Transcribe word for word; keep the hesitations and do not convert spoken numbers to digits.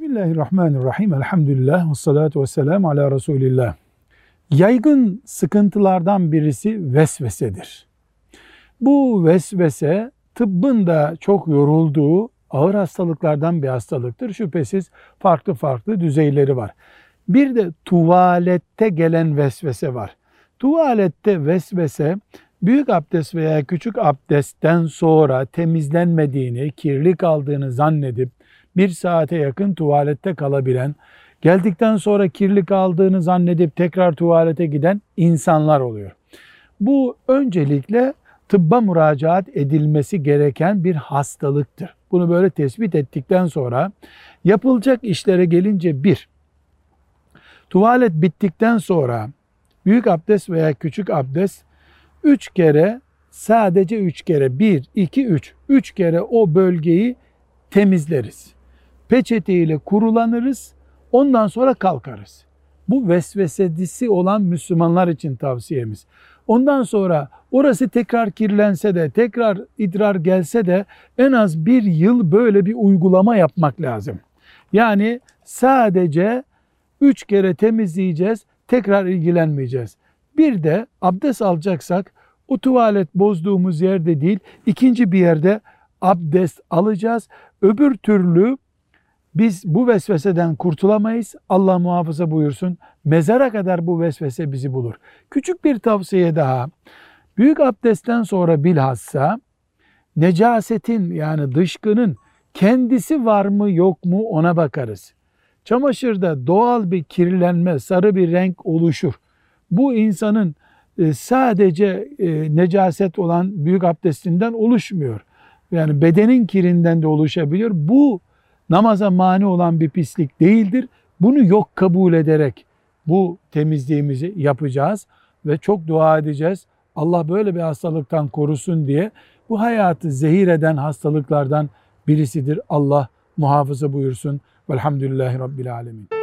Bismillahirrahmanirrahim. Elhamdülillah ve salatu ve selamu ala Resulillah. Yaygın sıkıntılardan birisi vesvesedir. Bu vesvese tıbbın da çok yorulduğu ağır hastalıklardan bir hastalıktır. Şüphesiz farklı farklı düzeyleri var. Bir de tuvalette gelen vesvese var. Tuvalette vesvese büyük abdest veya küçük abdestten sonra temizlenmediğini, kirli kaldığını zannedip bir saate yakın tuvalette kalabilen, geldikten sonra kirli kaldığını zannedip tekrar tuvalete giden insanlar oluyor. Bu öncelikle tıbba müracaat edilmesi gereken bir hastalıktır. Bunu böyle tespit ettikten sonra yapılacak işlere gelince bir, tuvalet bittikten sonra büyük abdest veya küçük abdest üç kere, sadece üç kere, bir, iki, üç, üç kere o bölgeyi temizleriz. Peçeteyle kurulanırız, ondan sonra kalkarız. Bu vesvesedisi olan Müslümanlar için tavsiyemiz. Ondan sonra orası tekrar kirlense de, tekrar idrar gelse de en az bir yıl böyle bir uygulama yapmak lazım. Yani sadece üç kere temizleyeceğiz, tekrar ilgilenmeyeceğiz. Bir de abdest alacaksak o tuvalet bozduğumuz yerde değil, ikinci bir yerde abdest alacağız. Öbür türlü biz bu vesveseden kurtulamayız. Allah muhafaza buyursun. Mezara kadar bu vesvese bizi bulur. Küçük bir tavsiye daha. Büyük abdestten sonra bilhassa necasetin, yani dışkının kendisi var mı yok mu ona bakarız. Çamaşırda doğal bir kirlenme, sarı bir renk oluşur. Bu insanın sadece necaset olan büyük abdestinden oluşmuyor. Yani bedenin kirinden de oluşabiliyor. Bu namaza mani olan bir pislik değildir. Bunu yok kabul ederek bu temizliğimizi yapacağız ve çok dua edeceğiz. Allah böyle bir hastalıktan korusun diye. Bu hayatı zehir eden hastalıklardan birisidir. Allah muhafaza buyursun. Velhamdülillahi Rabbil alemin.